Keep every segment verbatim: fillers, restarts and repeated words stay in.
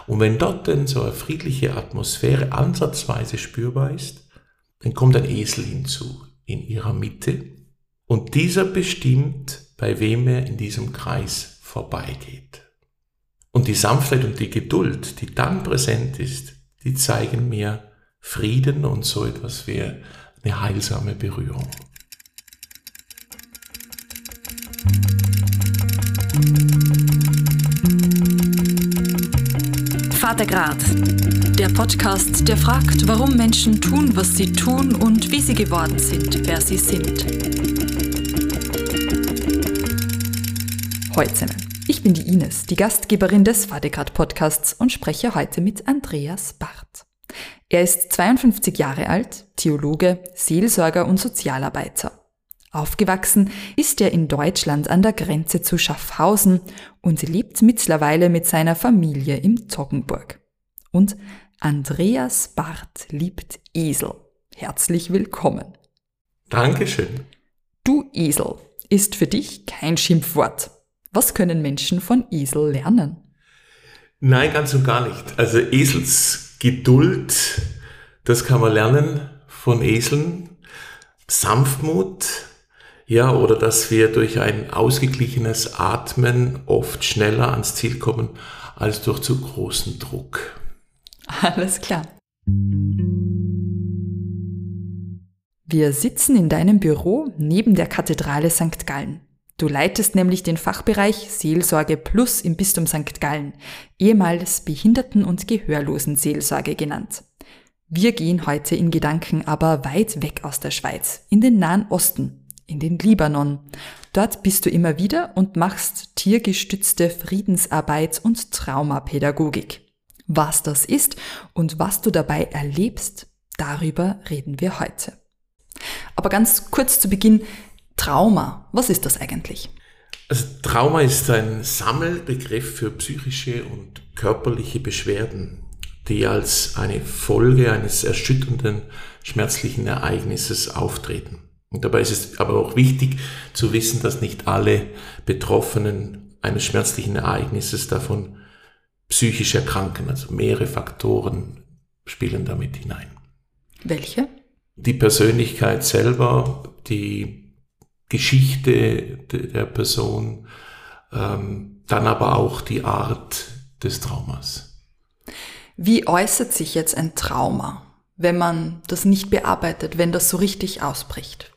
Und wenn dort dann so eine friedliche Atmosphäre ansatzweise spürbar ist, dann kommt ein Esel hinzu in ihrer Mitte und dieser bestimmt, bei wem er in diesem Kreis vorbeigeht. Und die Sanftheit und die Geduld, die dann präsent ist, die zeigen mir Frieden und so etwas wie eine heilsame Berührung. Vater Grad, der Podcast, der fragt, warum Menschen tun, was sie tun und wie sie geworden sind, wer sie sind. Heute. Ich bin die Ines, die Gastgeberin des Vater Grad Podcasts und spreche heute mit Andreas Barth. Er ist zweiundfünfzig Jahre alt, Theologe, Seelsorger und Sozialarbeiter. Aufgewachsen ist er in Deutschland an der Grenze zu Schaffhausen und lebt mittlerweile mit seiner Familie im Toggenburg. Und Andreas Barth liebt Esel. Herzlich willkommen. Dankeschön. Du Esel ist für dich kein Schimpfwort. Was können Menschen von Esel lernen? Nein, ganz und gar nicht. Also Eselsgeduld, das kann man lernen von Eseln. Sanftmut, ja, oder dass wir durch ein ausgeglichenes Atmen oft schneller ans Ziel kommen als durch zu großen Druck. Alles klar. Wir sitzen in deinem Büro neben der Kathedrale Sankt Gallen. Du leitest nämlich den Fachbereich Seelsorge Plus im Bistum Sankt Gallen, ehemals Behinderten- und Gehörlosenseelsorge genannt. Wir gehen heute in Gedanken aber weit weg aus der Schweiz, in den Nahen Osten, in den Libanon. Dort bist du immer wieder und machst tiergestützte Friedensarbeit und Traumapädagogik. Was das ist und was du dabei erlebst, darüber reden wir heute. Aber ganz kurz zu Beginn, Trauma, was ist das eigentlich? Also Trauma ist ein Sammelbegriff für psychische und körperliche Beschwerden, die als eine Folge eines erschütternden, schmerzlichen Ereignisses auftreten. Und dabei ist es aber auch wichtig zu wissen, dass nicht alle Betroffenen eines schmerzlichen Ereignisses davon psychisch erkranken. Also mehrere Faktoren spielen damit hinein. Welche? Die Persönlichkeit selber, die Geschichte der Person, ähm, dann aber auch die Art des Traumas. Wie äußert sich jetzt ein Trauma, wenn man das nicht bearbeitet, wenn das so richtig ausbricht?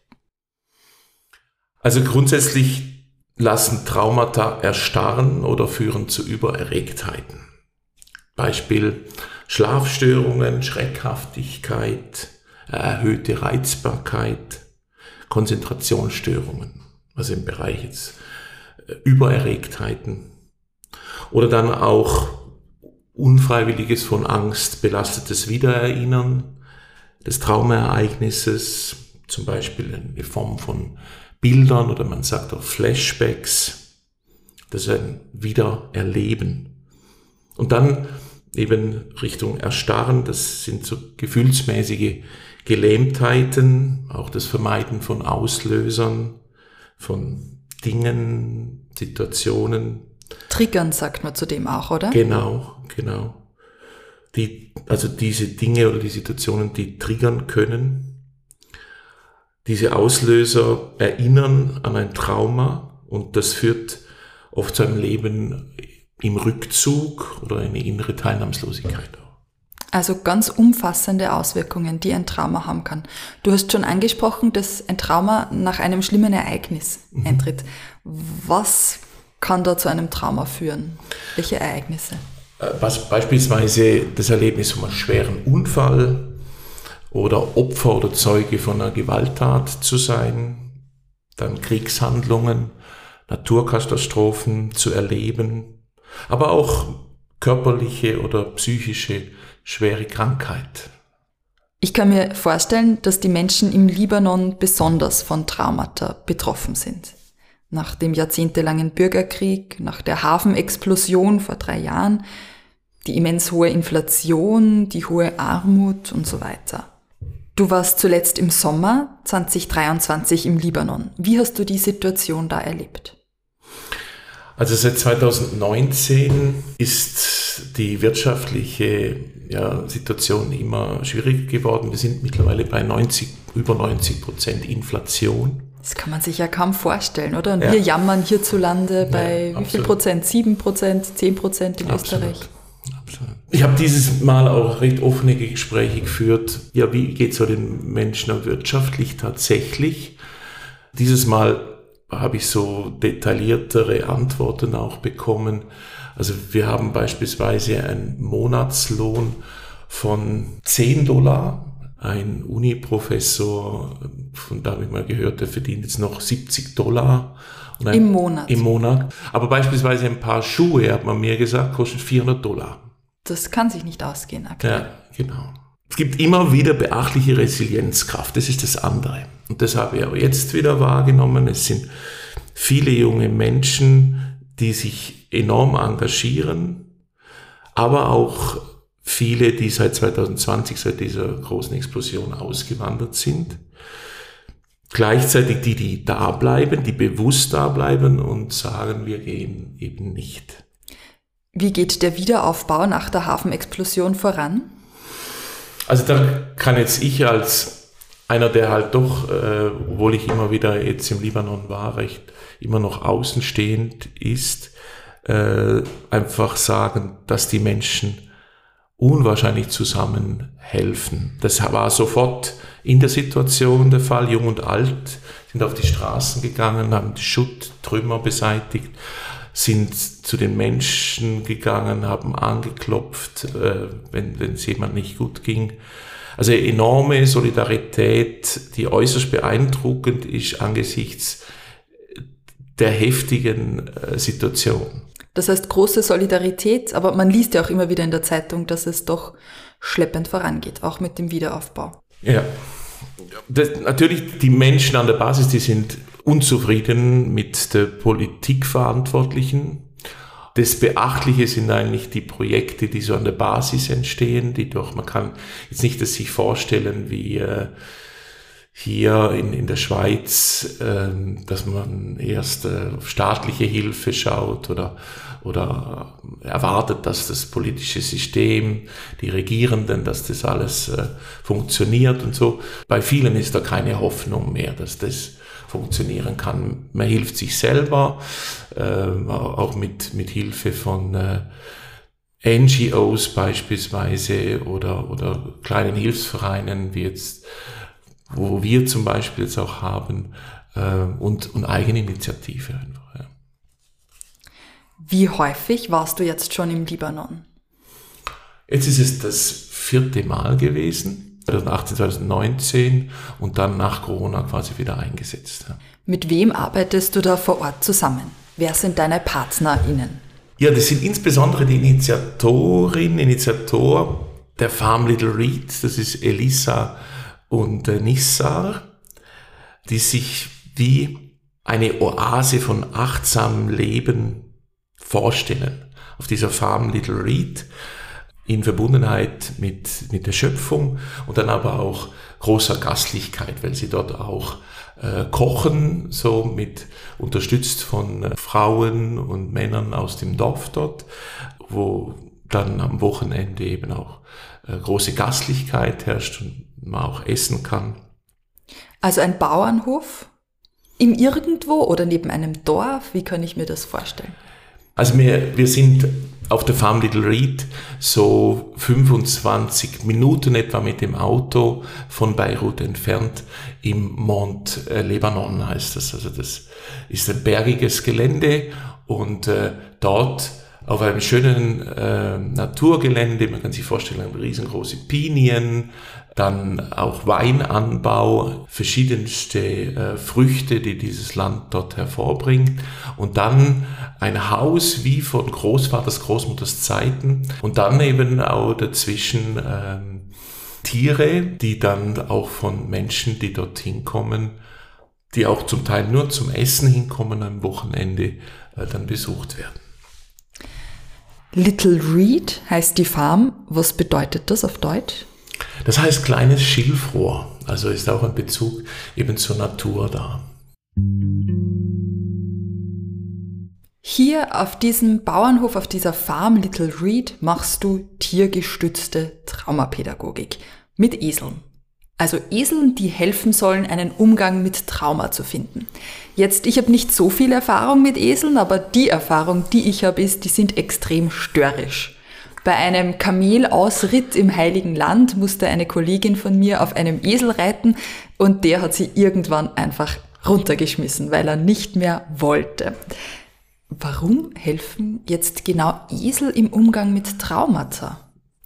Also grundsätzlich lassen Traumata erstarren oder führen zu Übererregtheiten. Beispiel Schlafstörungen, Schreckhaftigkeit, erhöhte Reizbarkeit, Konzentrationsstörungen, also im Bereich jetzt Übererregtheiten. Oder dann auch unfreiwilliges, von Angst belastetes Wiedererinnern des Traumaereignisses, zum Beispiel in Form von Bildern oder man sagt auch Flashbacks. Das ist ein Wiedererleben. Und dann eben Richtung Erstarren, das sind so gefühlsmäßige Gelähmtheiten, auch das Vermeiden von Auslösern, von Dingen, Situationen. Triggern sagt man zudem auch, oder? Genau, genau. Die, also diese Dinge oder die Situationen, die triggern können. Diese Auslöser erinnern an ein Trauma und das führt oft zu einem Leben im Rückzug oder eine innere Teilnahmslosigkeit. Also ganz umfassende Auswirkungen, die ein Trauma haben kann. Du hast schon angesprochen, dass ein Trauma nach einem schlimmen Ereignis mhm. eintritt. Was kann da zu einem Trauma führen? Welche Ereignisse? Was beispielsweise das Erlebnis von einem schweren Unfall oder Opfer oder Zeuge von einer Gewalttat zu sein, dann Kriegshandlungen, Naturkatastrophen zu erleben, aber auch körperliche oder psychische schwere Krankheit. Ich kann mir vorstellen, dass die Menschen im Libanon besonders von Traumata betroffen sind. Nach dem jahrzehntelangen Bürgerkrieg, nach der Hafenexplosion vor drei Jahren, die immens hohe Inflation, die hohe Armut und so weiter. Du warst zuletzt im Sommer zwanzig dreiundzwanzig im Libanon. Wie hast du die Situation da erlebt? Also seit zwanzig neunzehn ist ist die wirtschaftliche ja, Situation immer schwieriger geworden. Wir sind mittlerweile bei neunzig, über neunzig Prozent Inflation. Das kann man sich ja kaum vorstellen, oder? Und ja. wir jammern hierzulande bei ja, wie viel Prozent? sieben Prozent, zehn Prozent in absolut. Österreich. Absolut. Ich habe dieses Mal auch recht offene Gespräche geführt. Ja, wie geht es so den Menschen wirtschaftlich tatsächlich? Dieses Mal habe ich so detailliertere Antworten auch bekommen. Also wir haben beispielsweise einen Monatslohn von zehn Dollar. Ein Uni-Professor, von da habe ich mal gehört, der verdient jetzt noch siebzig Dollar. Und ein, Im Monat? Im Monat. Aber beispielsweise ein paar Schuhe, hat man mir gesagt, kosten vierhundert Dollar. Das kann sich nicht ausgehen, aktuell. Ja, genau. Es gibt immer wieder beachtliche Resilienzkraft, das ist das andere. Und das habe ich auch jetzt wieder wahrgenommen. Es sind viele junge Menschen, die sich enorm engagieren, aber auch viele, die seit zwanzig zwanzig, seit dieser großen Explosion ausgewandert sind. Gleichzeitig die, die da bleiben, die bewusst da bleiben und sagen, wir gehen eben nicht. Wie geht der Wiederaufbau nach der Hafenexplosion voran? Also da kann jetzt ich als einer, der halt doch, äh, obwohl ich immer wieder jetzt im Libanon war, recht immer noch außenstehend ist, äh, einfach sagen, dass die Menschen unwahrscheinlich zusammenhelfen. Das war sofort in der Situation der Fall. Jung und alt sind auf die Straßen gegangen, haben die Schutttrümmer beseitigt, sind zu den Menschen gegangen, haben angeklopft, äh, wenn wenn es jemand nicht gut ging. Also enorme Solidarität, die äußerst beeindruckend ist angesichts der heftigen äh, Situation. Das heißt große Solidarität, aber man liest ja auch immer wieder in der Zeitung, dass es doch schleppend vorangeht, auch mit dem Wiederaufbau. Ja, das, natürlich die Menschen an der Basis, die sind unzufrieden mit der Politikverantwortlichen. Das Beachtliche sind eigentlich die Projekte, die so an der Basis entstehen, die doch, man kann jetzt nicht das sich vorstellen wie äh, hier in, in der Schweiz, äh, dass man erst äh, auf staatliche Hilfe schaut oder, oder erwartet, dass das politische System, die Regierenden, dass das alles äh, funktioniert und so. Bei vielen ist da keine Hoffnung mehr, dass das funktionieren kann. Man hilft sich selber, äh, auch mit, mit Hilfe von äh, N G Os beispielsweise oder, oder kleinen Hilfsvereinen, wie jetzt, wo wir zum Beispiel jetzt auch haben, äh, und, und Eigeninitiative einfach. Ja. Wie häufig warst du jetzt schon im Libanon? Jetzt ist es das vierte Mal gewesen. zwanzig achtzehn, zwanzig neunzehn und dann nach Corona quasi wieder eingesetzt. Ja. Mit wem arbeitest du da vor Ort zusammen? Wer sind deine PartnerInnen? Ja, das sind insbesondere die Initiatorin, Initiator der Farm Little Reed, das ist Elisa und äh, Nissar, die sich wie eine Oase von achtsamem Leben vorstellen. Auf dieser Farm Little Reed in Verbundenheit mit, mit der Schöpfung und dann aber auch großer Gastlichkeit, weil sie dort auch äh, kochen, so mit unterstützt von äh, Frauen und Männern aus dem Dorf dort, wo dann am Wochenende eben auch äh, große Gastlichkeit herrscht und man auch essen kann. Also ein Bauernhof im Irgendwo oder neben einem Dorf, wie kann ich mir das vorstellen? Also wir, wir sind auf der Farm Little Reed so fünfundzwanzig Minuten etwa mit dem Auto von Beirut entfernt im Mont äh, Lebanon heißt das. Also das ist ein bergiges Gelände und äh, dort auf einem schönen äh, Naturgelände, man kann sich vorstellen, riesengroße Pinien, dann auch Weinanbau, verschiedenste äh, Früchte, die dieses Land dort hervorbringt und dann ein Haus wie von Großvaters, Großmutters Zeiten und dann eben auch dazwischen ähm, Tiere, die dann auch von Menschen, die dorthin kommen, die auch zum Teil nur zum Essen hinkommen am Wochenende, äh, dann besucht werden. Little Reed heißt die Farm. Was bedeutet das auf Deutsch? Das heißt kleines Schilfrohr, also ist auch ein Bezug eben zur Natur da. Hier auf diesem Bauernhof, auf dieser Farm Little Reed, machst du tiergestützte Traumapädagogik mit Eseln. Also Eseln, die helfen sollen, einen Umgang mit Trauma zu finden. Jetzt, ich habe nicht so viel Erfahrung mit Eseln, aber die Erfahrung, die ich habe, ist, die sind extrem störrisch. Bei einem Kamelausritt im Heiligen Land musste eine Kollegin von mir auf einem Esel reiten und der hat sie irgendwann einfach runtergeschmissen, weil er nicht mehr wollte. Warum helfen jetzt genau Esel im Umgang mit Traumata?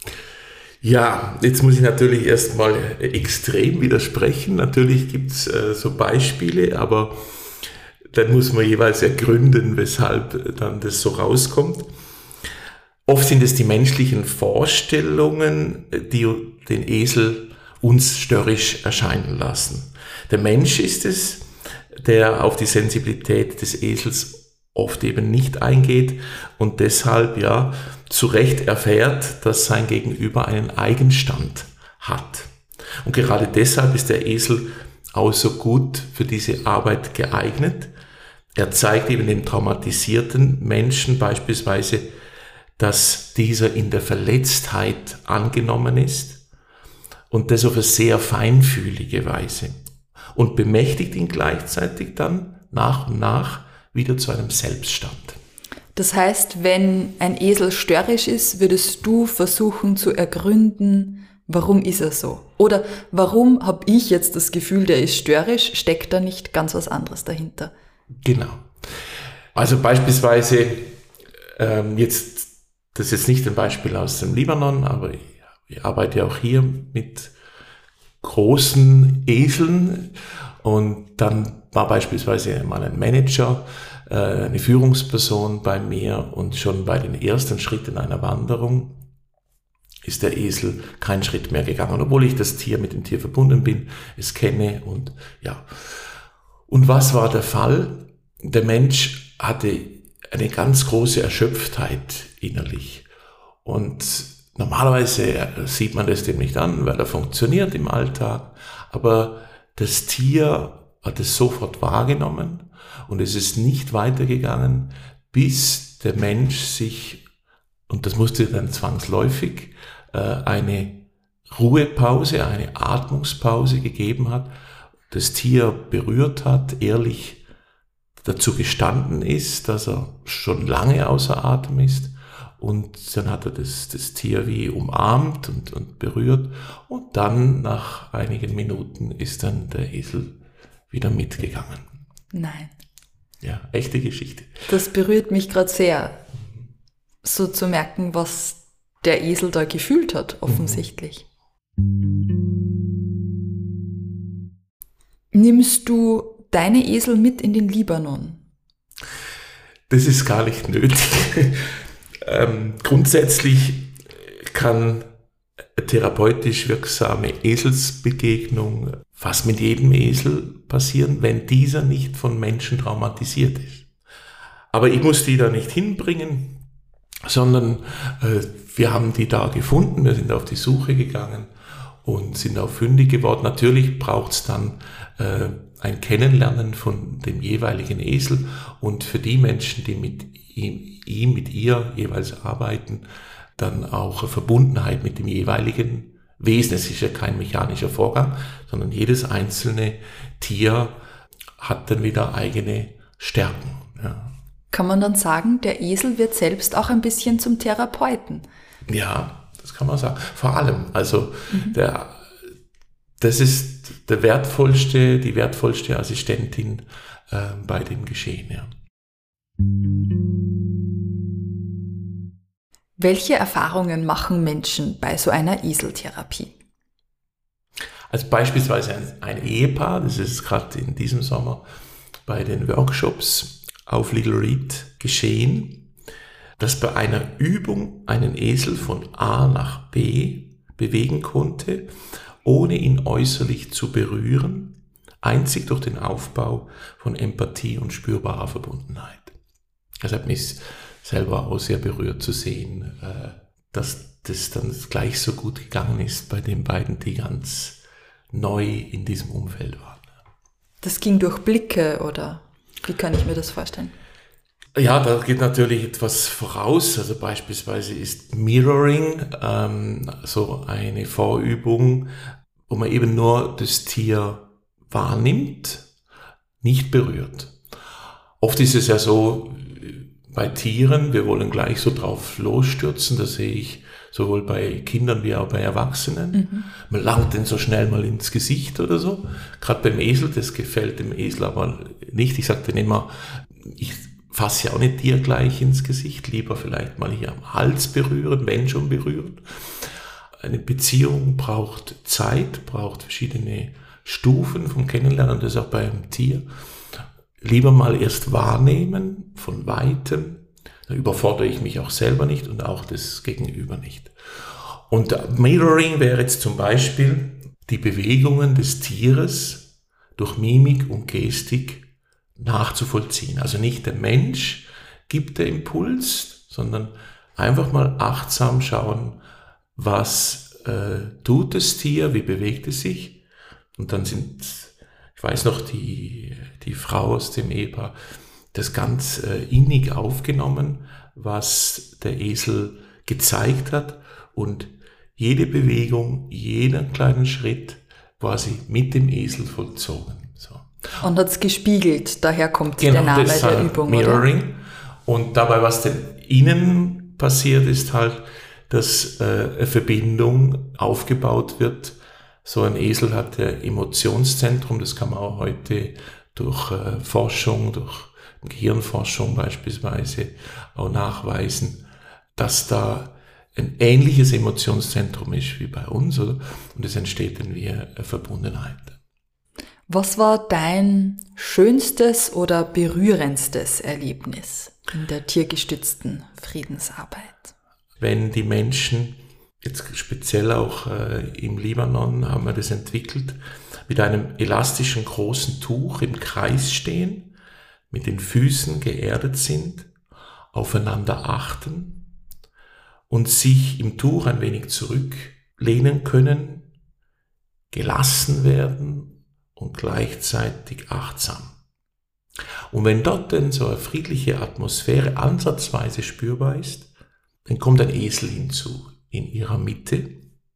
Ja, jetzt muss ich natürlich erstmal extrem widersprechen. Natürlich gibt es äh, so Beispiele, aber dann muss man jeweils ergründen, weshalb dann das so rauskommt. Oft sind es die menschlichen Vorstellungen, die den Esel uns störrisch erscheinen lassen. Der Mensch ist es, der auf die Sensibilität des Esels oft eben nicht eingeht und deshalb ja zu Recht erfährt, dass sein Gegenüber einen Eigenstand hat. Und gerade deshalb ist der Esel auch so gut für diese Arbeit geeignet. Er zeigt eben dem traumatisierten Menschen beispielsweise, dass dieser in der Verletztheit angenommen ist und das auf eine sehr feinfühlige Weise und bemächtigt ihn gleichzeitig dann nach und nach wieder zu einem Selbststand. Das heißt, wenn ein Esel störrisch ist, würdest du versuchen zu ergründen, warum ist er so? Oder warum habe ich jetzt das Gefühl, der ist störrisch, steckt da nicht ganz was anderes dahinter? Genau. Also beispielsweise, ähm, jetzt, das ist jetzt nicht ein Beispiel aus dem Libanon, aber ich, ich arbeite ja auch hier mit großen Eseln und dann war beispielsweise mal ein Manager, äh, eine Führungsperson bei mir und schon bei den ersten Schritten einer Wanderung ist der Esel keinen Schritt mehr gegangen, obwohl ich das Tier mit dem Tier verbunden bin, es kenne und ja. Und was war der Fall? Der Mensch hatte eine ganz große Erschöpftheit innerlich und normalerweise sieht man das dem nicht an, weil er funktioniert im Alltag, aber das Tier hat es sofort wahrgenommen und es ist nicht weitergegangen, bis der Mensch sich, und das musste dann zwangsläufig, eine Ruhepause, eine Atmungspause gegeben hat, das Tier berührt hat, ehrlich dazu gestanden ist, dass er schon lange außer Atem ist und dann hat er das, das Tier wie umarmt und, und berührt und dann nach einigen Minuten ist dann der Esel wieder mitgegangen. Nein. Ja, echte Geschichte. Das berührt mich gerade sehr, so zu merken, was der Esel da gefühlt hat, offensichtlich. Mhm. Nimmst du deine Esel mit in den Libanon? Das ist gar nicht nötig. ähm, grundsätzlich kann therapeutisch wirksame Eselsbegegnung fast mit jedem Esel passieren, wenn dieser nicht von Menschen traumatisiert ist. Aber ich muss die da nicht hinbringen, sondern äh, wir haben die da gefunden, wir sind auf die Suche gegangen und sind auch fündig geworden. Natürlich braucht es dann äh, ein Kennenlernen von dem jeweiligen Esel und für die Menschen, die mit ihm, ihm, mit ihr jeweils arbeiten, dann auch eine Verbundenheit mit dem jeweiligen Wesen. Es ist ja kein mechanischer Vorgang, sondern jedes einzelne Tier hat dann wieder eigene Stärken. Ja. Kann man dann sagen, der Esel wird selbst auch ein bisschen zum Therapeuten? Ja, das kann man sagen. Vor allem, also mhm. der, das ist der wertvollste, die wertvollste Assistentin äh, bei dem Geschehen. Ja. Welche Erfahrungen machen Menschen bei so einer Eseltherapie? Also beispielsweise ein, ein Ehepaar, das ist gerade in diesem Sommer bei den Workshops auf Little Reed geschehen, das bei einer Übung einen Esel von A nach B bewegen konnte, ohne ihn äußerlich zu berühren, einzig durch den Aufbau von Empathie und spürbarer Verbundenheit. Das hat mich selber auch sehr berührt zu sehen, dass das dann gleich so gut gegangen ist bei den beiden, die ganz neu in diesem Umfeld waren. Das ging durch Blicke oder wie kann ich mir das vorstellen? Ja, da geht natürlich etwas voraus. Also beispielsweise ist Mirroring ähm, so eine Vorübung, wo man eben nur das Tier wahrnimmt, nicht berührt. Oft ist es ja so bei Tieren, wir wollen gleich so drauf losstürzen, das sehe ich sowohl bei Kindern wie auch bei Erwachsenen. Mhm. Man langt den so schnell mal ins Gesicht oder so. Gerade beim Esel, das gefällt dem Esel aber nicht. Ich sage dann immer, ich fasse ja auch nicht dir gleich ins Gesicht, lieber vielleicht mal hier am Hals berühren, wenn schon berühren. Eine Beziehung braucht Zeit, braucht verschiedene Stufen vom Kennenlernen, das ist auch beim Tier. Lieber mal erst wahrnehmen, von Weitem, da überfordere ich mich auch selber nicht und auch das Gegenüber nicht. Und Mirroring wäre jetzt zum Beispiel die Bewegungen des Tieres durch Mimik und Gestik nachzuvollziehen. Also nicht der Mensch gibt den Impuls, sondern einfach mal achtsam schauen, was äh, tut das Tier, wie bewegt es sich. Und dann sind, ich weiß noch, die, die Frau aus dem Ehepaar, das ganz äh, innig aufgenommen, was der Esel gezeigt hat und jede Bewegung, jeden kleinen Schritt quasi mit dem Esel vollzogen. So. Und hat es gespiegelt, daher kommt genau, der Name das der halt Übung. Mirroring. Oder? Und dabei, was denn innen passiert, ist halt, dass äh, eine Verbindung aufgebaut wird. So ein Esel hat ja Emotionszentrum, das kann man auch heute durch äh, Forschung, durch Gehirnforschung beispielsweise auch nachweisen, dass da ein ähnliches Emotionszentrum ist wie bei uns, oder? Und es entsteht dann wie eine Verbundenheit. Was war dein schönstes oder berührendstes Erlebnis in der tiergestützten Friedensarbeit? Wenn die Menschen, jetzt speziell auch äh, im Libanon haben wir das entwickelt, mit einem elastischen großen Tuch im Kreis stehen, mit den Füßen geerdet sind, aufeinander achten und sich im Tuch ein wenig zurücklehnen können, gelassen werden und gleichzeitig achtsam. Und wenn dort denn so eine friedliche Atmosphäre ansatzweise spürbar ist, dann kommt ein Esel hinzu in ihrer Mitte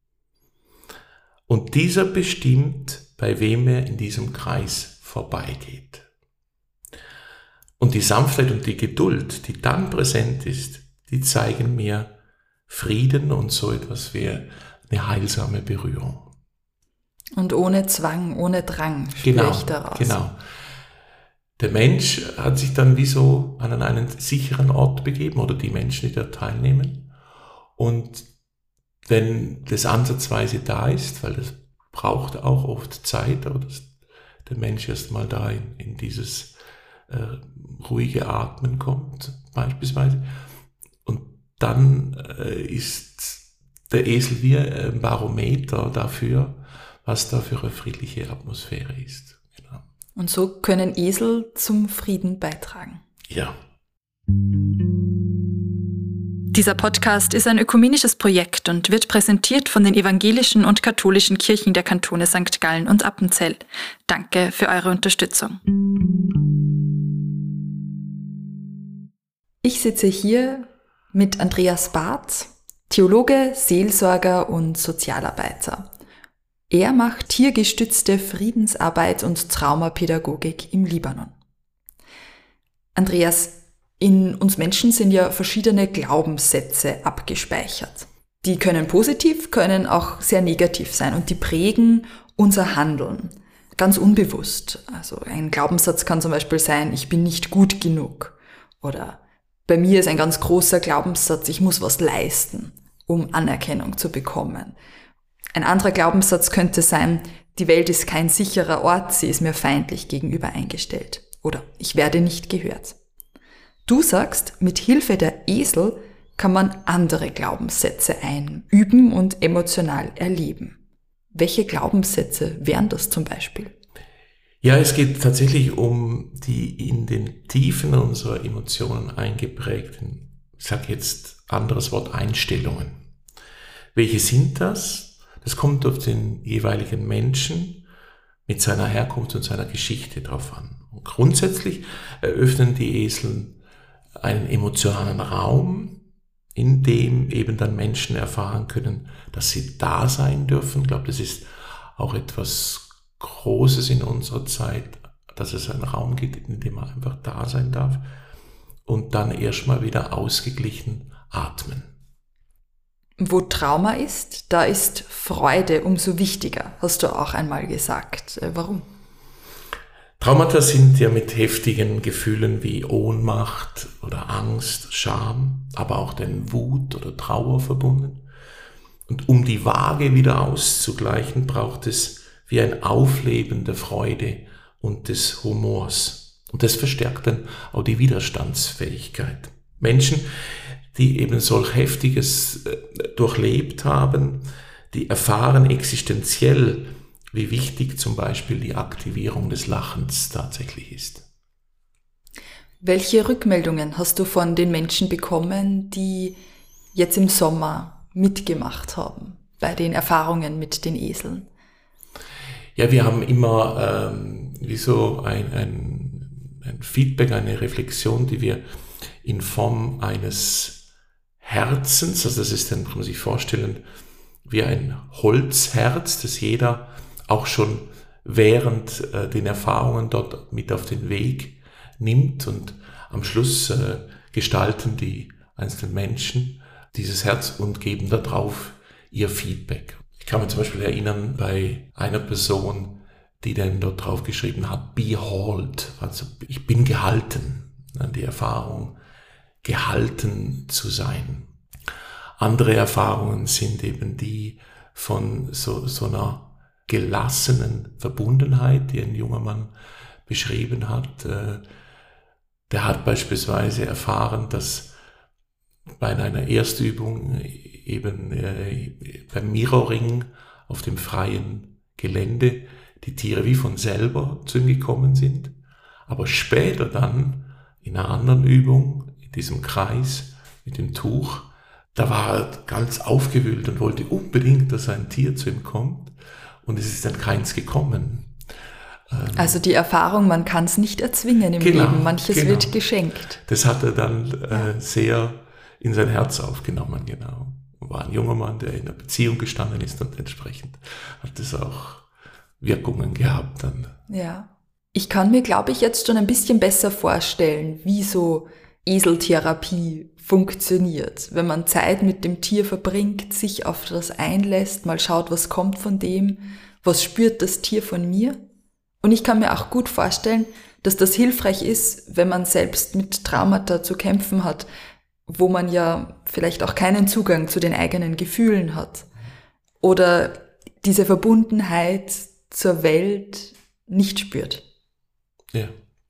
und dieser bestimmt, bei wem er in diesem Kreis vorbeigeht. Und die Sanftheit und die Geduld, die dann präsent ist, die zeigen mir Frieden und so etwas wie eine heilsame Berührung. Und ohne Zwang, ohne Drang genau, spricht daraus. Genau. Der Mensch hat sich dann wie so an einen sicheren Ort begeben oder die Menschen, die da teilnehmen. Und wenn das ansatzweise da ist, weil das braucht auch oft Zeit, aber dass der Mensch erst mal da in, in dieses äh, ruhige Atmen kommt, beispielsweise. Und dann äh, ist der Esel wie ein Barometer dafür, was da für eine friedliche Atmosphäre ist. Genau. Und so können Esel zum Frieden beitragen. Ja. Dieser Podcast ist ein ökumenisches Projekt und wird präsentiert von den evangelischen und katholischen Kirchen der Kantone Sankt Gallen und Appenzell. Danke für eure Unterstützung. Ich sitze hier mit Andreas Barth, Theologe, Seelsorger und Sozialarbeiter. Er macht tiergestützte Friedensarbeit und Traumapädagogik im Libanon. Andreas, in uns Menschen sind ja verschiedene Glaubenssätze abgespeichert. Die können positiv, können auch sehr negativ sein und die prägen unser Handeln, ganz unbewusst. Also ein Glaubenssatz kann zum Beispiel sein, ich bin nicht gut genug. Oder bei mir ist ein ganz großer Glaubenssatz, ich muss was leisten, um Anerkennung zu bekommen. Ein anderer Glaubenssatz könnte sein, die Welt ist kein sicherer Ort, sie ist mir feindlich gegenüber eingestellt. Oder ich werde nicht gehört. Du sagst, mit Hilfe der Esel kann man andere Glaubenssätze einüben und emotional erleben. Welche Glaubenssätze wären das zum Beispiel? Ja, es geht tatsächlich um die in den Tiefen unserer Emotionen eingeprägten, ich sage jetzt anderes Wort, Einstellungen. Welche sind das? Das kommt auf den jeweiligen Menschen mit seiner Herkunft und seiner Geschichte drauf an. Und grundsätzlich eröffnen die Esel einen emotionalen Raum, in dem eben dann Menschen erfahren können, dass sie da sein dürfen. Ich glaube, das ist auch etwas Großes in unserer Zeit, dass es einen Raum gibt, in dem man einfach da sein darf und dann erstmal wieder ausgeglichen atmen. Wo Trauma ist, da ist Freude umso wichtiger, hast du auch einmal gesagt. Warum? Traumata sind ja mit heftigen Gefühlen wie Ohnmacht oder Angst, Scham, aber auch den Wut oder Trauer verbunden. Und um die Waage wieder auszugleichen, braucht es wie ein Aufleben der Freude und des Humors. Und das verstärkt dann auch die Widerstandsfähigkeit. Menschen, die eben solch Heftiges durchlebt haben, die erfahren existenziell, wie wichtig zum Beispiel die Aktivierung des Lachens tatsächlich ist. Welche Rückmeldungen hast du von den Menschen bekommen, die jetzt im Sommer mitgemacht haben bei den Erfahrungen mit den Eseln? Ja, wir haben immer ähm, wie so ein, ein, ein Feedback, eine Reflexion, die wir in Form eines Herzens, also das ist dann, kann man sich vorstellen, wie ein Holzherz, das jeder auch schon während äh, den Erfahrungen dort mit auf den Weg nimmt, und am Schluss äh, gestalten die einzelnen Menschen dieses Herz und geben darauf ihr Feedback. Ich kann mich zum Beispiel erinnern bei einer Person, die dann dort drauf geschrieben hat, behold, also ich bin gehalten, die Erfahrung, gehalten zu sein. Andere Erfahrungen sind eben die von so, so einer gelassenen Verbundenheit, die ein junger Mann beschrieben hat. Der hat beispielsweise erfahren, dass bei einer Erstübung eben beim Mirroring auf dem freien Gelände die Tiere wie von selber zu ihm gekommen sind, aber später dann in einer anderen Übung, in diesem Kreis mit dem Tuch, da war er ganz aufgewühlt und wollte unbedingt, dass ein Tier zu ihm kommt. Und es ist dann keins gekommen. Also die Erfahrung, man kann es nicht erzwingen im genau, Leben, manches genau. wird geschenkt. Das hat er dann äh, sehr in sein Herz aufgenommen, genau. War ein junger Mann, der in einer Beziehung gestanden ist, und entsprechend hat das auch Wirkungen gehabt dann. Ja, ich kann mir, glaube ich, jetzt schon ein bisschen besser vorstellen, wie so Eseltherapie funktioniert. Wenn man Zeit mit dem Tier verbringt, sich auf das einlässt, mal schaut, was kommt von dem, was spürt das Tier von mir. Und ich kann mir auch gut vorstellen, dass das hilfreich ist, wenn man selbst mit Traumata zu kämpfen hat, wo man ja vielleicht auch keinen Zugang zu den eigenen Gefühlen hat oder diese Verbundenheit zur Welt nicht spürt. Ja.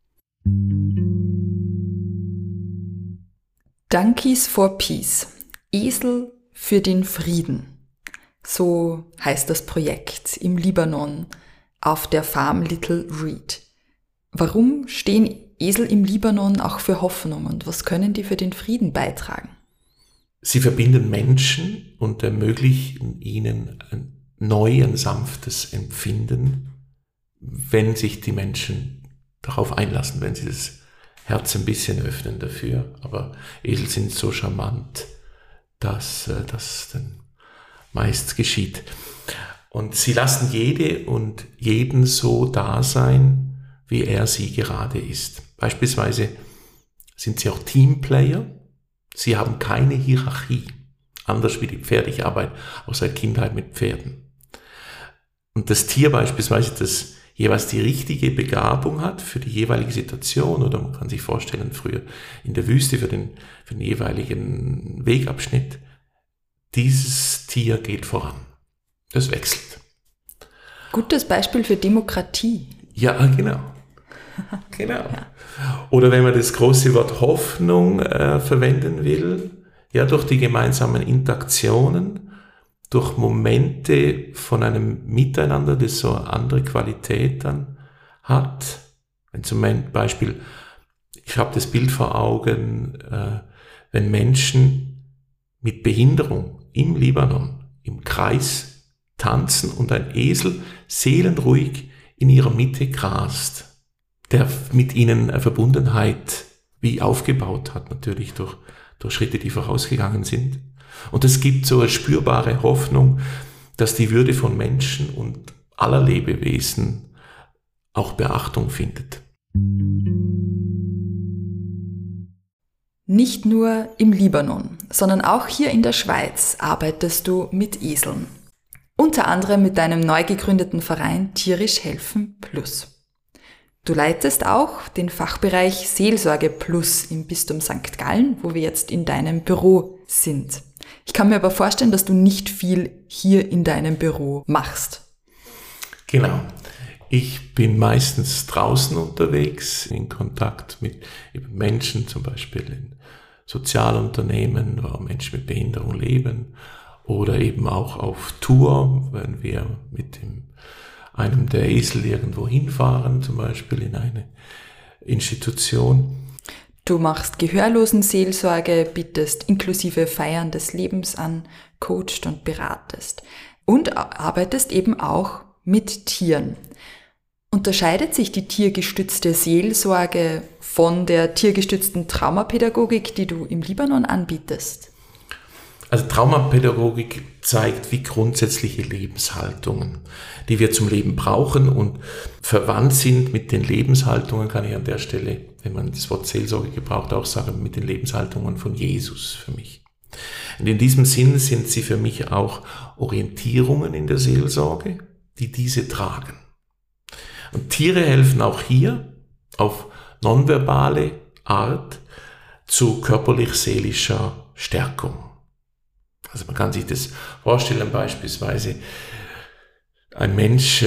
Donkeys for Peace. Esel für den Frieden. So heißt das Projekt im Libanon auf der Farm Little Reed. Warum stehen Esel im Libanon auch für Hoffnung und was können die für den Frieden beitragen? Sie verbinden Menschen und ermöglichen ihnen ein neu, ein sanftes Empfinden, wenn sich die Menschen darauf einlassen, wenn sie das Herz ein bisschen öffnen dafür. Aber Esel sind so charmant, dass das dann meist geschieht. Und sie lassen jede und jeden so da sein, wie er sie gerade ist. Beispielsweise sind sie auch Teamplayer. Sie haben keine Hierarchie, anders wie die Pferde. Ich arbeite auch seit Kindheit mit Pferden. Und das Tier beispielsweise, das jeweils die richtige Begabung hat für die jeweilige Situation, oder man kann sich vorstellen, früher in der Wüste für den, für den jeweiligen Wegabschnitt, dieses Tier geht voran. Das wechselt. Gutes Beispiel für Demokratie. Ja, genau. Genau. Ja. Oder wenn man das große Wort Hoffnung äh, verwenden will, ja, durch die gemeinsamen Interaktionen, durch Momente von einem Miteinander, das so eine andere Qualität dann hat. Wenn zum Beispiel, ich habe das Bild vor Augen, äh, wenn Menschen mit Behinderung im Libanon im Kreis tanzen und ein Esel seelenruhig in ihrer Mitte grast, der mit ihnen eine Verbundenheit wie aufgebaut hat, natürlich durch, durch Schritte, die vorausgegangen sind. Und es gibt so eine spürbare Hoffnung, dass die Würde von Menschen und aller Lebewesen auch Beachtung findet. Nicht nur im Libanon, sondern auch hier in der Schweiz arbeitest du mit Eseln. Unter anderem mit deinem neu gegründeten Verein Tierisch Helfen Plus. Du leitest auch den Fachbereich Seelsorge Plus im Bistum Sankt Gallen, wo wir jetzt in deinem Büro sind. Ich kann mir aber vorstellen, dass du nicht viel hier in deinem Büro machst. Genau. Ich bin meistens draußen unterwegs, in Kontakt mit eben Menschen, zum Beispiel in Sozialunternehmen, wo Menschen mit Behinderung leben, oder eben auch auf Tour, wenn wir mit dem, einem der Esel irgendwo hinfahren, zum Beispiel in eine Institution. Du machst Gehörlosenseelsorge, bietest inklusive Feiern des Lebens an, coachst und beratest und arbeitest eben auch mit Tieren. Unterscheidet sich die tiergestützte Seelsorge von der tiergestützten Traumapädagogik, die du im Libanon anbietest? Also Traumapädagogik zeigt, wie grundsätzliche Lebenshaltungen, die wir zum Leben brauchen und verwandt sind mit den Lebenshaltungen, kann ich an der Stelle, wenn man das Wort Seelsorge gebraucht, auch sagen, mit den Lebenshaltungen von Jesus für mich. Und in diesem Sinn sind sie für mich auch Orientierungen in der Seelsorge, die diese tragen. Und Tiere helfen auch hier auf nonverbale Art zu körperlich-seelischer Stärkung. Also man kann sich das vorstellen, beispielsweise ein Mensch,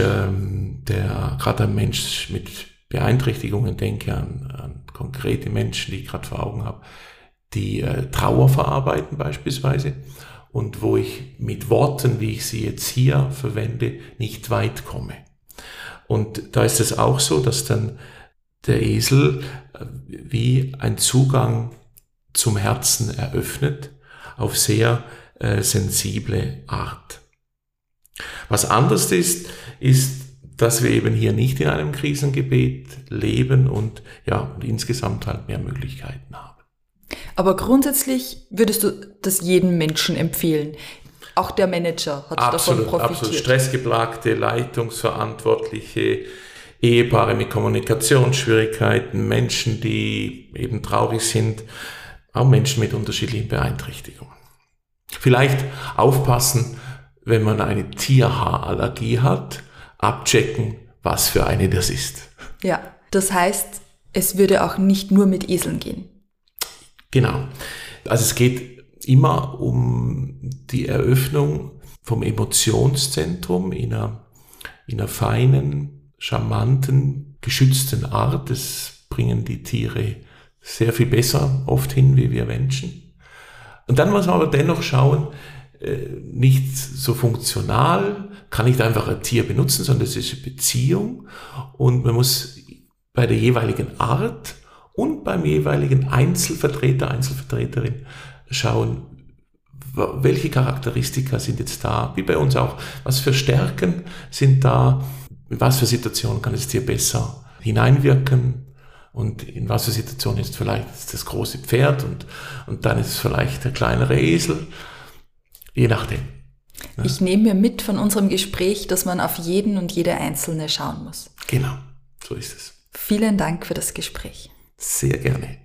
der gerade ein Mensch mit Beeinträchtigungen, denke an, an konkrete Menschen, die ich gerade vor Augen habe, die äh, Trauer verarbeiten beispielsweise und wo ich mit Worten, wie ich sie jetzt hier verwende, nicht weit komme. Und da ist es auch so, dass dann der Esel wie ein Zugang zum Herzen eröffnet, auf sehr äh, sensible Art. Was anders ist, ist, dass wir eben hier nicht in einem Krisengebet leben und ja, und insgesamt halt mehr Möglichkeiten haben. Aber grundsätzlich würdest du das jedem Menschen empfehlen? Auch der Manager hat absolut, davon profitiert. Absolut, stressgeplagte, Leitungsverantwortliche, Ehepaare mit Kommunikationsschwierigkeiten, Menschen, die eben traurig sind, auch Menschen mit unterschiedlichen Beeinträchtigungen. Vielleicht aufpassen, wenn man eine Tierhaarallergie hat, abchecken, was für eine das ist. Ja, das heißt, es würde auch nicht nur mit Eseln gehen. Genau. Also es geht immer um die Eröffnung vom Emotionszentrum in einer, in einer feinen, charmanten, geschützten Art. Das bringen die Tiere sehr viel besser oft hin wie wir Menschen. Und dann muss man aber dennoch schauen, nicht so funktional, kann nicht einfach ein Tier benutzen, sondern es ist eine Beziehung und man muss bei der jeweiligen Art und beim jeweiligen Einzelvertreter, Einzelvertreterin schauen, welche Charakteristika sind jetzt da, wie bei uns auch, was für Stärken sind da, in was für Situationen kann das Tier besser hineinwirken und in was für Situationen ist vielleicht das große Pferd und, und dann ist es vielleicht der kleinere Esel. Je nachdem. Ja. Ich nehme mir mit von unserem Gespräch, dass man auf jeden und jede Einzelne schauen muss. Genau, so ist es. Vielen Dank für das Gespräch. Sehr gerne.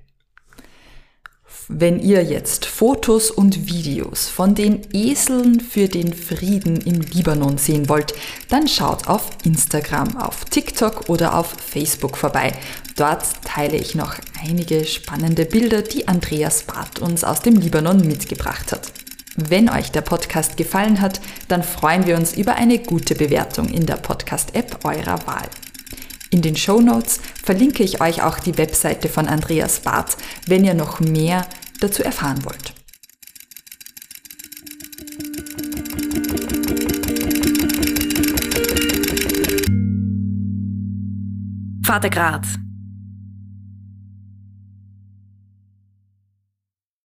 Wenn ihr jetzt Fotos und Videos von den Eseln für den Frieden im Libanon sehen wollt, dann schaut auf Instagram, auf TikTok oder auf Facebook vorbei. Dort teile ich noch einige spannende Bilder, die Andreas Barth uns aus dem Libanon mitgebracht hat. Wenn euch der Podcast gefallen hat, dann freuen wir uns über eine gute Bewertung in der Podcast-App eurer Wahl. In den Shownotes verlinke ich euch auch die Webseite von Andreas Barth, wenn ihr noch mehr dazu erfahren wollt. Vater Graz.